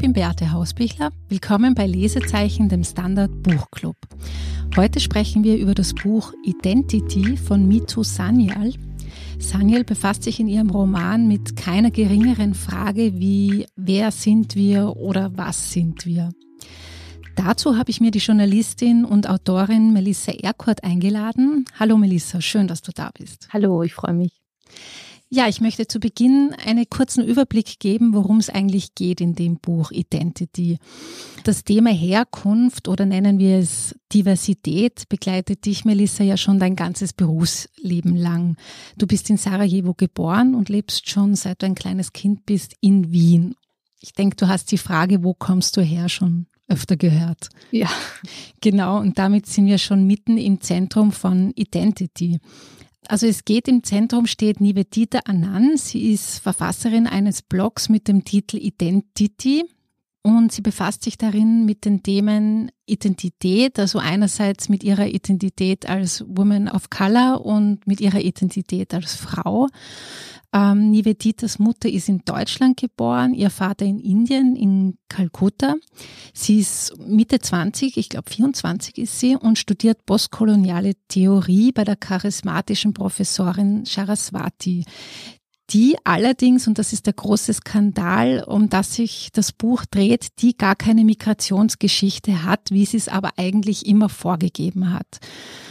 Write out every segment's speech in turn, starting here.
bin Beate Hausbichler. Willkommen bei Lesezeichen, dem Standard Buchclub. Heute sprechen wir über das Buch Identity von Mitu Sanyal. Sanyal befasst sich in ihrem Roman mit keiner geringeren Frage wie wer sind wir oder was sind wir. Dazu habe ich mir die Journalistin und Autorin Melissa Erkort eingeladen. Hallo Melissa, schön, dass du da bist. Hallo, ich freue mich. Ja, ich möchte zu Beginn einen kurzen Überblick geben, worum es eigentlich geht in dem Buch Identity. Das Thema Herkunft oder nennen wir es Diversität begleitet dich, Melissa, ja schon dein ganzes Berufsleben lang. Du bist in Sarajevo geboren und lebst schon, seit du ein kleines Kind bist, in Wien. Ich denke, du hast die Frage, wo kommst du her, schon öfter gehört. Ja. Genau, und damit sind wir schon mitten im Zentrum von Identity. Also im Zentrum steht Nivedita Anand. Sie ist Verfasserin eines Blogs mit dem Titel Identity und sie befasst sich darin mit den Themen Identität, also einerseits mit ihrer Identität als Woman of Color und mit ihrer Identität als Frau. Niveditas Mutter ist in Deutschland geboren, ihr Vater in Indien, in Kalkutta. Sie ist Mitte 20, ich glaube 24 ist sie, und studiert postkoloniale Theorie bei der charismatischen Professorin Saraswati. Die allerdings, und das ist der große Skandal, um das sich das Buch dreht, die gar keine Migrationsgeschichte hat, wie sie es aber eigentlich immer vorgegeben hat.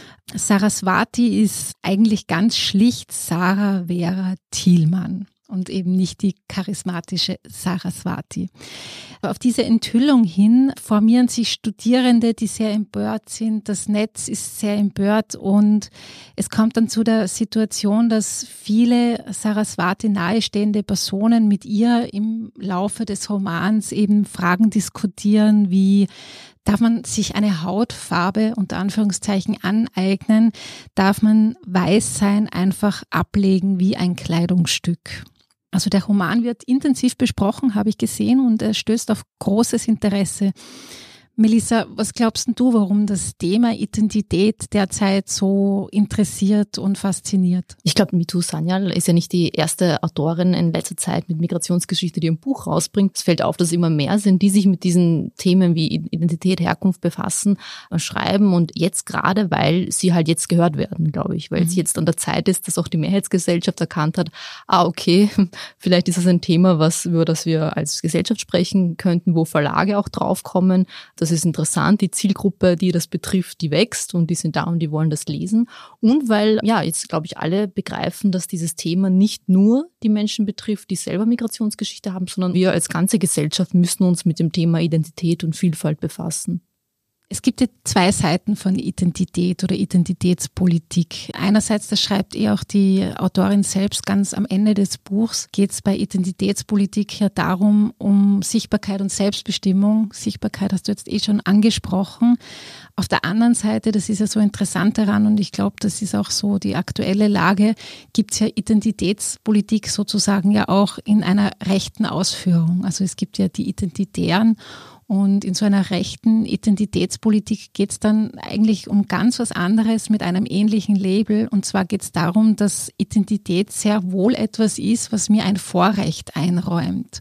Saraswati ist eigentlich ganz schlicht Sarah Vera Thielmann und eben nicht die charismatische Saraswati. Auf diese Enthüllung hin formieren sich Studierende, die sehr empört sind. Das Netz ist sehr empört und es kommt dann zu der Situation, dass viele Saraswati nahestehende Personen mit ihr im Laufe des Romans eben Fragen diskutieren wie: Darf man sich eine Hautfarbe unter Anführungszeichen aneignen? Darf man Weißsein einfach ablegen wie ein Kleidungsstück? Also der Roman wird intensiv besprochen, habe ich gesehen, und er stößt auf großes Interesse. Melissa, was glaubst du, warum das Thema Identität derzeit so interessiert und fasziniert? Ich glaube, Mitu Sanyal ist ja nicht die erste Autorin in letzter Zeit mit Migrationsgeschichte, die ein Buch rausbringt. Es fällt auf, dass es immer mehr sind, die sich mit diesen Themen wie Identität, Herkunft befassen, schreiben, und jetzt gerade, weil sie halt jetzt gehört werden, glaube ich, weil es jetzt an der Zeit ist, dass auch die Mehrheitsgesellschaft erkannt hat, okay, vielleicht ist das ein Thema, über das wir als Gesellschaft sprechen könnten, wo Verlage auch draufkommen. Das ist interessant, die Zielgruppe, die das betrifft, die wächst und die sind da und die wollen das lesen. Und weil, ja, jetzt glaube ich alle begreifen, dass dieses Thema nicht nur die Menschen betrifft, die selber Migrationsgeschichte haben, sondern wir als ganze Gesellschaft müssen uns mit dem Thema Identität und Vielfalt befassen. Es gibt ja zwei Seiten von Identität oder Identitätspolitik. Einerseits, das schreibt auch die Autorin selbst ganz am Ende des Buchs, geht es bei Identitätspolitik ja darum, um Sichtbarkeit und Selbstbestimmung. Sichtbarkeit hast du jetzt schon angesprochen. Auf der anderen Seite, das ist ja so interessant daran, und ich glaube, das ist auch so die aktuelle Lage, gibt es ja Identitätspolitik sozusagen ja auch in einer rechten Ausführung. Also es gibt ja die Identitären. Und in so einer rechten Identitätspolitik geht es dann eigentlich um ganz was anderes mit einem ähnlichen Label. Und zwar geht es darum, dass Identität sehr wohl etwas ist, was mir ein Vorrecht einräumt.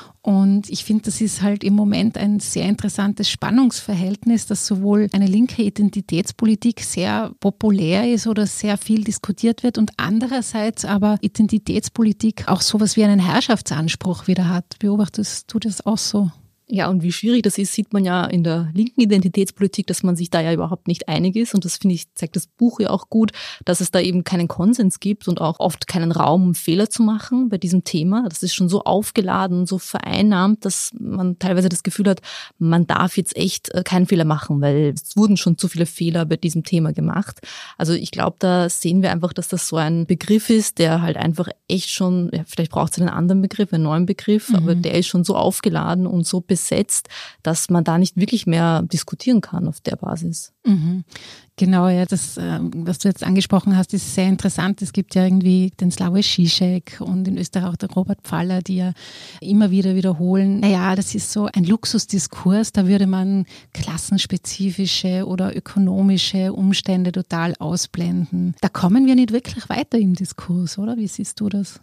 Und ich finde, das ist halt im Moment ein sehr interessantes Spannungsverhältnis, dass sowohl eine linke Identitätspolitik sehr populär ist oder sehr viel diskutiert wird und andererseits aber Identitätspolitik auch sowas wie einen Herrschaftsanspruch wieder hat. Beobachtest du das auch so? Ja, und wie schwierig das ist, sieht man ja in der linken Identitätspolitik, dass man sich da ja überhaupt nicht einig ist. Und das, finde ich, zeigt das Buch ja auch gut, dass es da eben keinen Konsens gibt und auch oft keinen Raum, um Fehler zu machen bei diesem Thema. Das ist schon so aufgeladen, so vereinnahmt, dass man teilweise das Gefühl hat, man darf jetzt echt keinen Fehler machen, weil es wurden schon zu viele Fehler bei diesem Thema gemacht. Also ich glaube, da sehen wir einfach, dass das so ein Begriff ist, der halt einfach echt schon, ja, vielleicht braucht es einen anderen Begriff, einen neuen Begriff, aber der ist schon so aufgeladen und so besetzt, dass man da nicht wirklich mehr diskutieren kann auf der Basis. Mhm. Genau, ja, das, was du jetzt angesprochen hast, ist sehr interessant. Es gibt ja irgendwie den Slavoj Žižek und in Österreich auch den Robert Pfaller, die ja immer wieder wiederholen, naja, das ist so ein Luxusdiskurs, da würde man klassenspezifische oder ökonomische Umstände total ausblenden. Da kommen wir nicht wirklich weiter im Diskurs, oder? Wie siehst du das?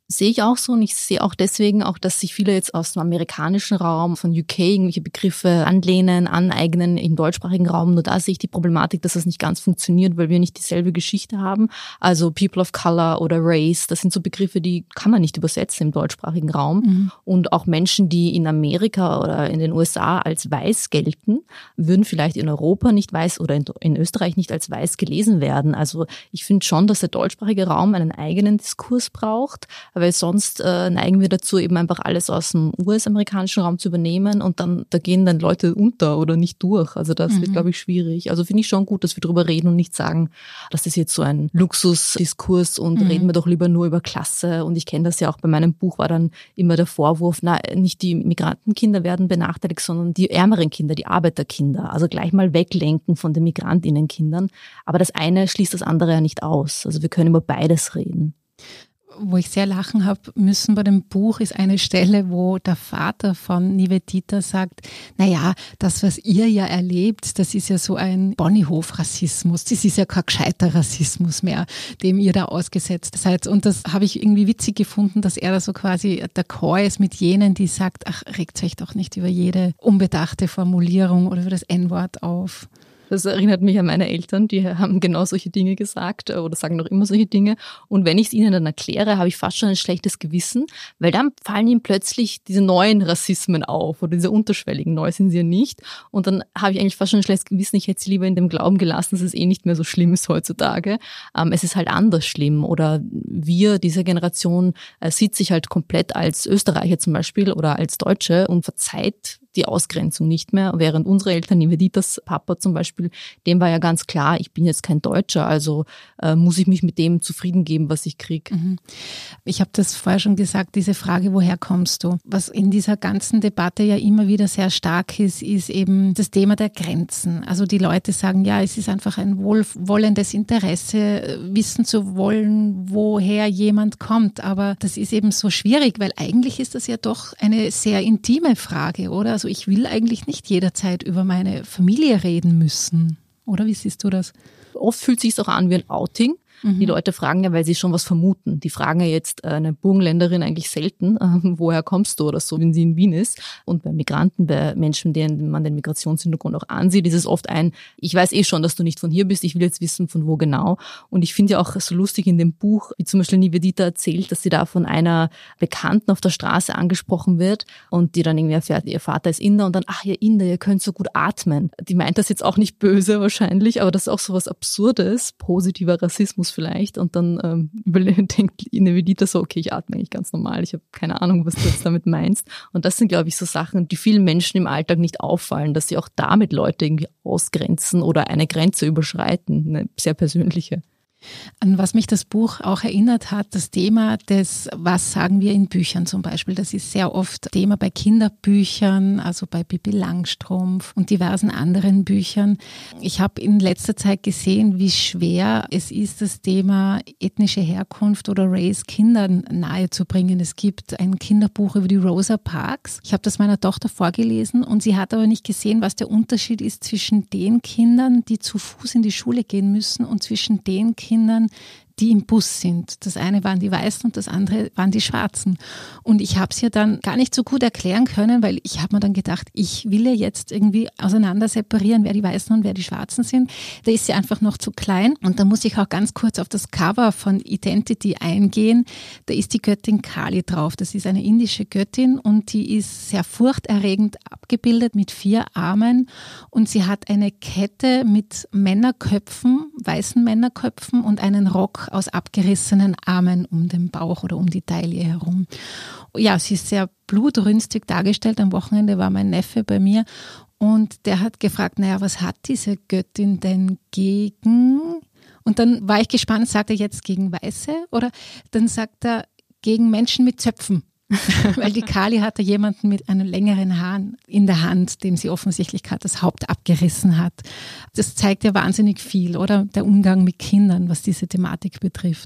Sehe ich auch so und ich sehe auch deswegen auch, dass sich viele jetzt aus dem amerikanischen Raum von UK irgendwelche Begriffe anlehnen, aneignen im deutschsprachigen Raum. Nur da sehe ich die Problematik, dass das nicht ganz funktioniert, weil wir nicht dieselbe Geschichte haben. Also People of Color oder Race, das sind so Begriffe, die kann man nicht übersetzen im deutschsprachigen Raum. Mhm. Und auch Menschen, die in Amerika oder in den USA als weiß gelten, würden vielleicht in Europa nicht weiß oder in Österreich nicht als weiß gelesen werden. Also ich finde schon, dass der deutschsprachige Raum einen eigenen Diskurs braucht, weil sonst neigen wir dazu, eben einfach alles aus dem US-amerikanischen Raum zu übernehmen und dann da gehen dann Leute unter oder nicht durch. Also das wird, glaube ich, schwierig. Also finde ich schon gut, dass wir drüber reden und nicht sagen, das ist jetzt so ein Luxusdiskurs und reden wir doch lieber nur über Klasse. Und ich kenne das ja auch, bei meinem Buch war dann immer der Vorwurf, nicht die Migrantenkinder werden benachteiligt, sondern die ärmeren Kinder, die Arbeiterkinder. Also gleich mal weglenken von den Migrantinnenkindern. Aber das eine schließt das andere ja nicht aus. Also wir können über beides reden. Wo ich sehr lachen habe müssen bei dem Buch, ist eine Stelle, wo der Vater von Nivedita sagt, naja, das, was ihr ja erlebt, das ist ja so ein Ponyhof-Rassismus. Das ist ja kein gescheiter Rassismus mehr, dem ihr da ausgesetzt seid. Und das habe ich irgendwie witzig gefunden, dass er da so quasi d'accord ist mit jenen, die sagt, ach, regt euch doch nicht über jede unbedachte Formulierung oder über das N-Wort auf. Das erinnert mich an meine Eltern, die haben genau solche Dinge gesagt oder sagen noch immer solche Dinge. Und wenn ich es ihnen dann erkläre, habe ich fast schon ein schlechtes Gewissen, weil dann fallen ihnen plötzlich diese neuen Rassismen auf oder diese unterschwelligen. Neu sind sie ja nicht. Und dann habe ich eigentlich fast schon ein schlechtes Gewissen, ich hätte sie lieber in dem Glauben gelassen, dass es nicht mehr so schlimm ist heutzutage. Es ist halt anders schlimm. Oder wir, diese Generation, sieht sich halt komplett als Österreicher zum Beispiel oder als Deutsche und verzeiht die Ausgrenzung nicht mehr, während unsere Eltern, Niveditas Papa zum Beispiel, dem war ja ganz klar, ich bin jetzt kein Deutscher, also muss ich mich mit dem zufrieden geben, was ich kriege. Ich habe das vorher schon gesagt, diese Frage, woher kommst du? Was in dieser ganzen Debatte ja immer wieder sehr stark ist eben das Thema der Grenzen. Also die Leute sagen, ja, es ist einfach ein wohlwollendes Interesse, wissen zu wollen, woher jemand kommt, aber das ist eben so schwierig, weil eigentlich ist das ja doch eine sehr intime Frage, oder? Also ich will eigentlich nicht jederzeit über meine Familie reden müssen. Oder wie siehst du das? Oft fühlt es sich auch an wie ein Outing. Die Leute fragen ja, weil sie schon was vermuten. Die fragen ja jetzt eine Burgenländerin eigentlich selten, woher kommst du oder so, wenn sie in Wien ist. Und bei Migranten, bei Menschen, denen man den Migrationshintergrund auch ansieht, ist es oft ich weiß schon, dass du nicht von hier bist, ich will jetzt wissen, von wo genau. Und ich finde ja auch so lustig in dem Buch, wie zum Beispiel Nivedita erzählt, dass sie da von einer Bekannten auf der Straße angesprochen wird und die dann irgendwie erfährt, ihr Vater ist Inder und dann, ach, ihr Inder, ihr könnt so gut atmen. Die meint das jetzt auch nicht böse wahrscheinlich, aber das ist auch so was Absurdes, positiver Rassismus vielleicht, und dann denkt Nivedita so, okay, ich atme eigentlich ganz normal, ich habe keine Ahnung, was du jetzt damit meinst. Und das sind, glaube ich, so Sachen, die vielen Menschen im Alltag nicht auffallen, dass sie auch damit Leute irgendwie ausgrenzen oder eine Grenze überschreiten, eine sehr persönliche. An was mich das Buch auch erinnert hat, das Thema des, was sagen wir in Büchern zum Beispiel, das ist sehr oft Thema bei Kinderbüchern, also bei Pippi Langstrumpf und diversen anderen Büchern. Ich habe in letzter Zeit gesehen, wie schwer es ist, das Thema ethnische Herkunft oder Race Kindern nahezubringen. Es gibt ein Kinderbuch über die Rosa Parks. Ich habe das meiner Tochter vorgelesen und sie hat aber nicht gesehen, was der Unterschied ist zwischen den Kindern, die zu Fuß in die Schule gehen müssen, und zwischen den Kindern, die im Bus sind. Das eine waren die Weißen und das andere waren die Schwarzen. Und ich habe es ihr dann gar nicht so gut erklären können, weil ich habe mir dann gedacht, ich will ja jetzt irgendwie auseinander separieren, wer die Weißen und wer die Schwarzen sind. Da ist sie einfach noch zu klein. Und da muss ich auch ganz kurz auf das Cover von Identity eingehen. Da ist die Göttin Kali drauf. Das ist eine indische Göttin und die ist sehr furchterregend abgebildet mit 4 Armen. Und sie hat eine Kette mit Männerköpfen, weißen Männerköpfen und einen Rock aus abgerissenen Armen um den Bauch oder um die Taille herum. Ja, sie ist sehr blutrünstig dargestellt. Am Wochenende war mein Neffe bei mir und der hat gefragt, naja, was hat diese Göttin denn gegen? Und dann war ich gespannt, sagt er jetzt gegen Weiße oder dann sagt er gegen Menschen mit Zöpfen. Weil die Kali hatte jemanden mit einem längeren Haar in der Hand, dem sie offensichtlich gerade das Haupt abgerissen hat. Das zeigt ja wahnsinnig viel, oder? Der Umgang mit Kindern, was diese Thematik betrifft.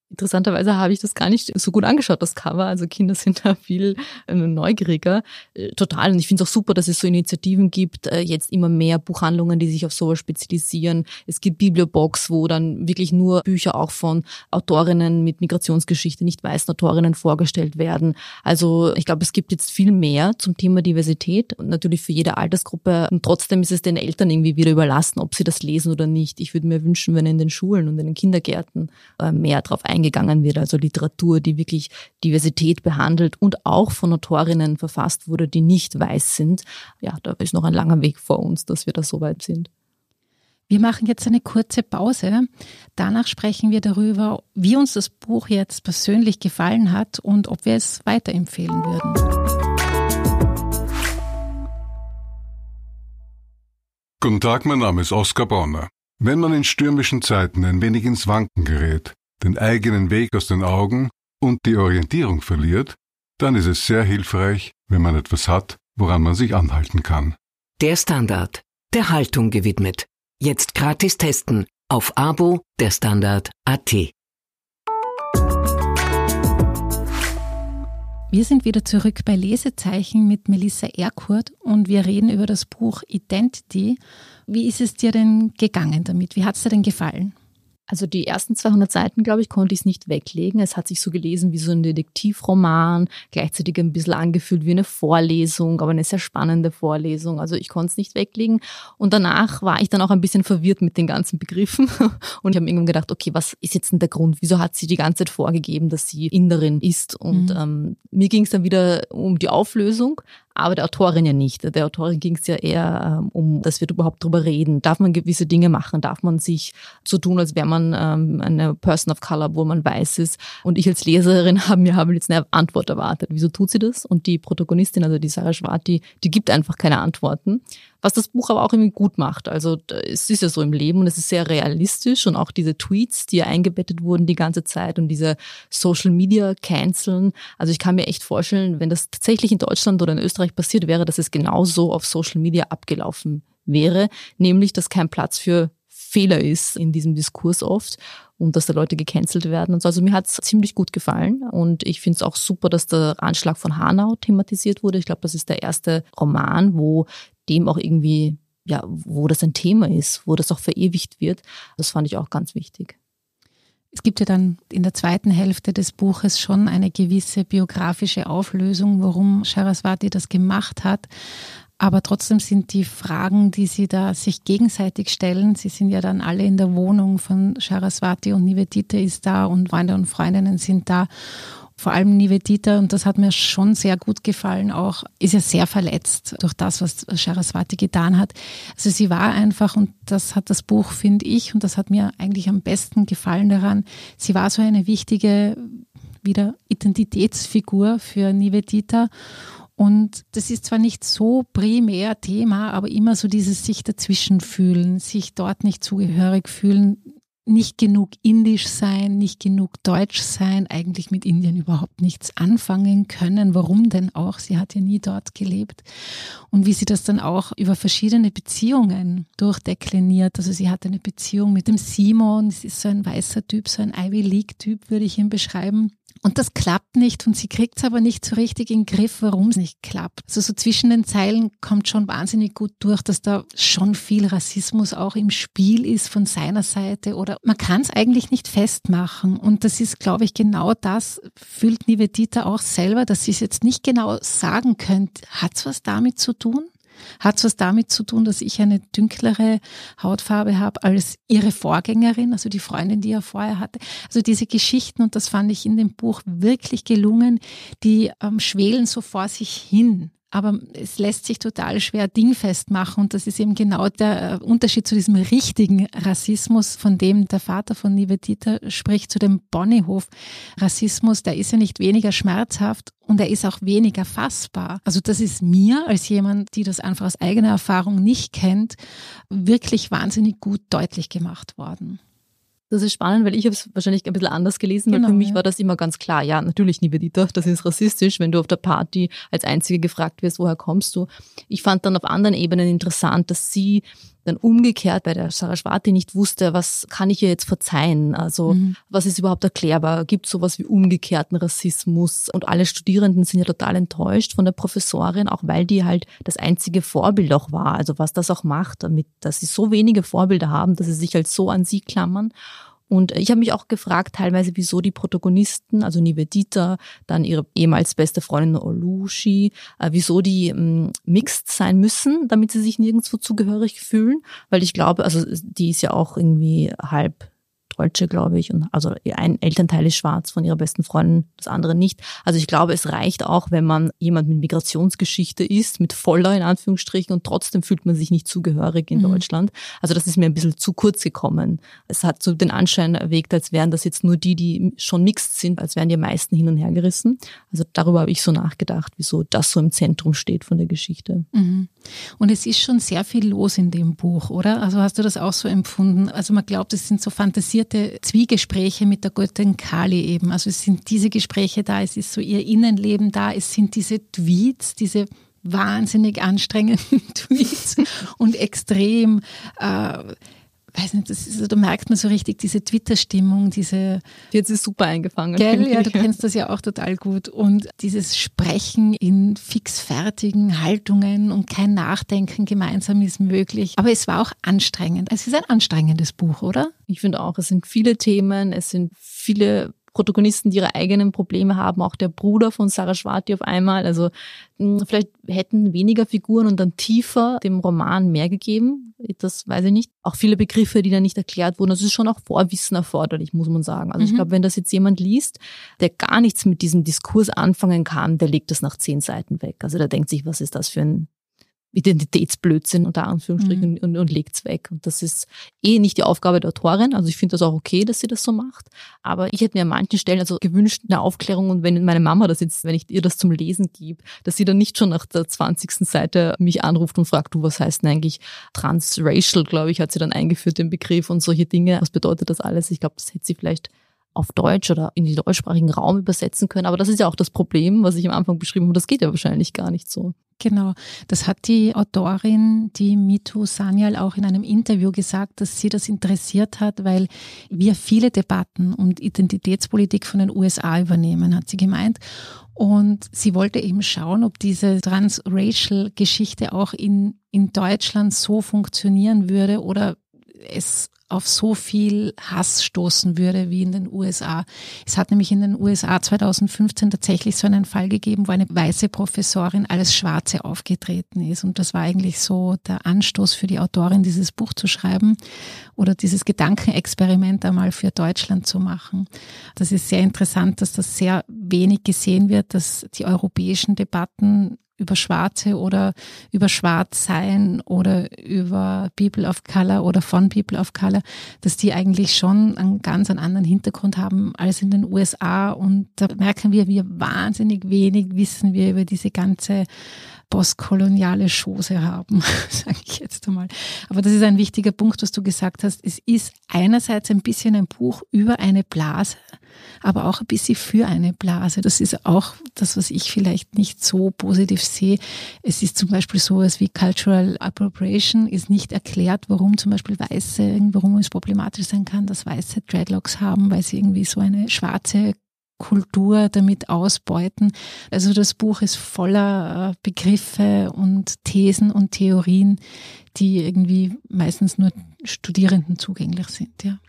Interessanterweise habe ich das gar nicht so gut angeschaut, das Cover. Also Kinder sind da viel neugieriger. Total. Und ich finde es auch super, dass es so Initiativen gibt, jetzt immer mehr Buchhandlungen, die sich auf sowas spezialisieren. Es gibt Bibliobox, wo dann wirklich nur Bücher auch von Autorinnen mit Migrationsgeschichte, nicht weißen Autorinnen vorgestellt werden. Also ich glaube, es gibt jetzt viel mehr zum Thema Diversität und natürlich für jede Altersgruppe. Und trotzdem ist es den Eltern irgendwie wieder überlassen, ob sie das lesen oder nicht. Ich würde mir wünschen, wenn in den Schulen und in den Kindergärten mehr drauf eingegangen wird, also Literatur, die wirklich Diversität behandelt und auch von Autorinnen verfasst wurde, die nicht weiß sind. Ja, da ist noch ein langer Weg vor uns, dass wir da so weit sind. Wir machen jetzt eine kurze Pause. Danach sprechen wir darüber, wie uns das Buch jetzt persönlich gefallen hat und ob wir es weiterempfehlen würden. Guten Tag, mein Name ist Oskar Bonner. Wenn man in stürmischen Zeiten ein wenig ins Wanken gerät, den eigenen Weg aus den Augen und die Orientierung verliert, dann ist es sehr hilfreich, wenn man etwas hat, woran man sich anhalten kann. Der Standard, der Haltung gewidmet. Jetzt gratis testen auf Abo der Standard.at. Wir sind wieder zurück bei Lesezeichen mit Melissa Erkurt und wir reden über das Buch Identity. Wie ist es dir denn gegangen damit? Wie hat es dir denn gefallen? Also die ersten 200 Seiten, glaube ich, konnte ich es nicht weglegen. Es hat sich so gelesen wie so ein Detektivroman, gleichzeitig ein bisschen angefühlt wie eine Vorlesung, aber eine sehr spannende Vorlesung. Also ich konnte es nicht weglegen. Und danach war ich dann auch ein bisschen verwirrt mit den ganzen Begriffen. Und ich habe mir irgendwann gedacht, okay, was ist jetzt denn der Grund? Wieso hat sie die ganze Zeit vorgegeben, dass sie Inderin ist? Und mir ging es dann wieder um die Auflösung. Aber der Autorin ja nicht. Der Autorin ging es ja eher um, dass wir überhaupt drüber reden. Darf man gewisse Dinge machen? Darf man sich so tun, als wäre man eine Person of Color, wo man weiß ist? Und ich als Leserin habe jetzt eine Antwort erwartet. Wieso tut sie das? Und die Protagonistin, also die Saraswati, die gibt einfach keine Antworten. Was das Buch aber auch irgendwie gut macht. Also es ist ja so im Leben und es ist sehr realistisch und auch diese Tweets, die ja eingebettet wurden die ganze Zeit und diese Social Media canceln. Also ich kann mir echt vorstellen, wenn das tatsächlich in Deutschland oder in Österreich passiert wäre, dass es genauso auf Social Media abgelaufen wäre, nämlich dass kein Platz für Fehler ist in diesem Diskurs oft und dass da Leute gecancelt werden und so. Also mir hat es ziemlich gut gefallen und ich finde es auch super, dass der Anschlag von Hanau thematisiert wurde. Ich glaube, das ist der erste Roman, wo dem auch irgendwie, ja, wo das ein Thema ist, wo das auch verewigt wird. Das fand ich auch ganz wichtig. Es gibt ja dann in der zweiten Hälfte des Buches schon eine gewisse biografische Auflösung, warum Saraswati das gemacht hat. Aber trotzdem sind die Fragen, die sie da sich gegenseitig stellen, sie sind ja dann alle in der Wohnung von Saraswati und Nivedita ist da und Freunde und Freundinnen sind da. Vor allem Nivedita, und das hat mir schon sehr gut gefallen, auch ist ja sehr verletzt durch das, was Saraswati getan hat. Also sie war einfach, und das hat das Buch, finde ich, und das hat mir eigentlich am besten gefallen daran, sie war so eine wichtige wieder Identitätsfigur für Nivedita. Und das ist zwar nicht so primär Thema, aber immer so dieses sich dazwischen fühlen, sich dort nicht zugehörig fühlen, nicht genug indisch sein, nicht genug deutsch sein, eigentlich mit Indien überhaupt nichts anfangen können. Warum denn auch? Sie hat ja nie dort gelebt. Und wie sie das dann auch über verschiedene Beziehungen durchdekliniert. Also sie hatte eine Beziehung mit dem Simon, das ist so ein weißer Typ, so ein Ivy League-Typ, würde ich ihn beschreiben. Und das klappt nicht und sie kriegt es aber nicht so richtig in den Griff, warum es nicht klappt. Also so zwischen den Zeilen kommt schon wahnsinnig gut durch, dass da schon viel Rassismus auch im Spiel ist von seiner Seite oder man kann es eigentlich nicht festmachen. Und das ist, glaube ich, genau das, fühlt Nivedita auch selber, dass sie es jetzt nicht genau sagen könnte. Hat es was damit zu tun? Hat es was damit zu tun, dass ich eine dunklere Hautfarbe habe als ihre Vorgängerin, also die Freundin, die er vorher hatte. Also diese Geschichten, und das fand ich in dem Buch wirklich gelungen, die schwelen so vor sich hin. Aber es lässt sich total schwer dingfest machen und das ist eben genau der Unterschied zu diesem richtigen Rassismus, von dem der Vater von Nivedita spricht, zu dem Bonnyhof-Rassismus. Der ist ja nicht weniger schmerzhaft und er ist auch weniger fassbar. Also das ist mir als jemand, die das einfach aus eigener Erfahrung nicht kennt, wirklich wahnsinnig gut deutlich gemacht worden. Das ist spannend, weil ich habe es wahrscheinlich ein bisschen anders gelesen, weil für mich war das immer ganz klar, ja, natürlich Nivedita, das ist rassistisch, wenn du auf der Party als Einzige gefragt wirst, woher kommst du. Ich fand dann auf anderen Ebenen interessant, dass sie dann umgekehrt bei der Saraswati nicht wusste, was kann ich ihr jetzt verzeihen? Also was ist überhaupt erklärbar? Gibt es sowas wie umgekehrten Rassismus? Und alle Studierenden sind ja total enttäuscht von der Professorin, auch weil die halt das einzige Vorbild auch war. Also was das auch macht, damit, dass sie so wenige Vorbilder haben, dass sie sich halt so an sie klammern. Und ich habe mich auch gefragt teilweise, wieso die Protagonisten, also Nivedita, dann ihre ehemals beste Freundin Olushi, wieso die mixed sein müssen, damit sie sich nirgendwo zugehörig fühlen. Weil ich glaube, also die ist ja auch irgendwie halb Deutsche, glaube ich. Und also ein Elternteil ist schwarz von ihrer besten Freundin, das andere nicht. Also ich glaube, es reicht auch, wenn man jemand mit Migrationsgeschichte ist, mit voller in Anführungsstrichen, und trotzdem fühlt man sich nicht zugehörig in Deutschland. Also das ist mir ein bisschen zu kurz gekommen. Es hat so den Anschein erweckt, als wären das jetzt nur die schon mixed sind, als wären die meisten hin und her gerissen. Also darüber habe ich so nachgedacht, wieso das so im Zentrum steht von der Geschichte. Und es ist schon sehr viel los in dem Buch, oder? Also hast du das auch so empfunden? Also man glaubt, es sind so fantasierte Zwiegespräche mit der Göttin Kali eben. Also es sind diese Gespräche da, es ist so ihr Innenleben da, es sind diese Tweets, diese wahnsinnig anstrengenden Tweets und extrem, weiß nicht, das ist, da merkt man so richtig diese Twitter-Stimmung, diese... Jetzt ist super eingefangen. Gell, ja, du kennst das ja auch total gut. Und dieses Sprechen in fixfertigen Haltungen und kein Nachdenken gemeinsam ist möglich. Aber es war auch anstrengend. Es ist ein anstrengendes Buch, oder? Ich finde auch, es sind viele Themen, es sind viele Protagonisten, die ihre eigenen Probleme haben, auch der Bruder von Saraswati auf einmal. Also vielleicht hätten weniger Figuren und dann tiefer dem Roman mehr gegeben. Das weiß ich nicht. Auch viele Begriffe, die dann nicht erklärt wurden. Das ist schon auch Vorwissen erforderlich, muss man sagen. Also ich glaube, wenn das jetzt jemand liest, der gar nichts mit diesem Diskurs anfangen kann, der legt das nach 10 Seiten weg. Also der denkt sich, was ist das für ein Identitätsblödsinn unter Anführungsstrichen und legt's weg. Und das ist nicht die Aufgabe der Autorin. Also ich finde das auch okay, dass sie das so macht. Aber ich hätte mir an manchen Stellen also gewünscht, eine Aufklärung, und wenn meine Mama das jetzt, wenn ich ihr das zum Lesen gebe, dass sie dann nicht schon nach der 20. Seite mich anruft und fragt, du, was heißt denn eigentlich transracial, glaube ich, hat sie dann eingeführt, den Begriff und solche Dinge. Was bedeutet das alles? Ich glaube, das hätte sie vielleicht auf Deutsch oder in den deutschsprachigen Raum übersetzen können. Aber das ist ja auch das Problem, was ich am Anfang beschrieben habe. Das geht ja wahrscheinlich gar nicht so. Genau, das hat die Autorin, die Mitu Sanyal, auch in einem Interview gesagt, dass sie das interessiert hat, weil wir viele Debatten und Identitätspolitik von den USA übernehmen, hat sie gemeint. Und sie wollte eben schauen, ob diese Transracial-Geschichte auch in Deutschland so funktionieren würde oder es auf so viel Hass stoßen würde wie in den USA. Es hat nämlich in den USA 2015 tatsächlich so einen Fall gegeben, wo eine weiße Professorin als Schwarze aufgetreten ist. Und das war eigentlich so der Anstoß für die Autorin, dieses Buch zu schreiben oder dieses Gedankenexperiment einmal für Deutschland zu machen. Das ist sehr interessant, dass das sehr wenig gesehen wird, dass die europäischen Debatten über Schwarze oder über Schwarzsein oder über People of Color oder von People of Color, dass die eigentlich schon einen ganz anderen Hintergrund haben als in den USA. Und da merken wir, wie wahnsinnig wenig wissen wir über diese ganze postkoloniale Chose haben, sage ich jetzt einmal. Aber das ist ein wichtiger Punkt, was du gesagt hast. Es ist einerseits ein bisschen ein Buch über eine Blase, aber auch ein bisschen für eine Blase. Das ist auch das, was ich vielleicht nicht so positiv sehe. Es ist zum Beispiel sowas wie Cultural Appropriation, ist nicht erklärt, warum zum Beispiel warum es problematisch sein kann, dass Weiße Dreadlocks haben, weil sie irgendwie so eine schwarze Kultur damit ausbeuten. Also das Buch ist voller Begriffe und Thesen und Theorien, die irgendwie meistens nur Studierenden zugänglich sind. Ja.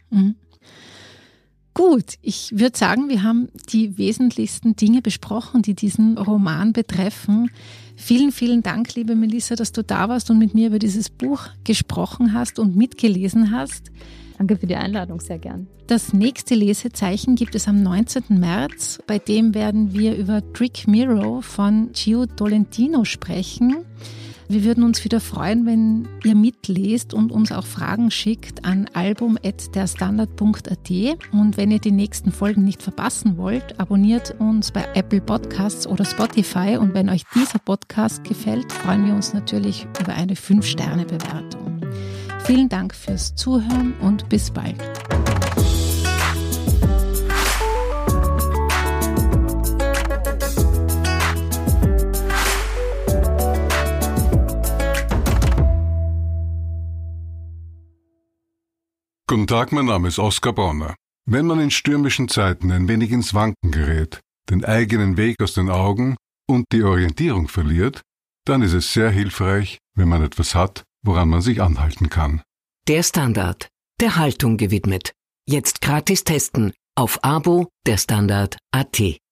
Gut, ich würde sagen, wir haben die wesentlichsten Dinge besprochen, die diesen Roman betreffen. Vielen, vielen Dank, liebe Melissa, dass du da warst und mit mir über dieses Buch gesprochen hast und mitgelesen hast. Danke für die Einladung, sehr gern. Das nächste Lesezeichen gibt es am 19. März. Bei dem werden wir über Trick Mirror von Gio Tolentino sprechen. Wir würden uns wieder freuen, wenn ihr mitlest und uns auch Fragen schickt an album@derstandard.at. Und wenn ihr die nächsten Folgen nicht verpassen wollt, abonniert uns bei Apple Podcasts oder Spotify. Und wenn euch dieser Podcast gefällt, freuen wir uns natürlich über eine 5-Sterne-Bewertung. Vielen Dank fürs Zuhören und bis bald. Guten Tag, mein Name ist Oskar Bonner. Wenn man in stürmischen Zeiten ein wenig ins Wanken gerät, den eigenen Weg aus den Augen und die Orientierung verliert, dann ist es sehr hilfreich, wenn man etwas hat, woran man sich anhalten kann. Der Standard, der Haltung gewidmet. Jetzt gratis testen auf Abo der Standard.at.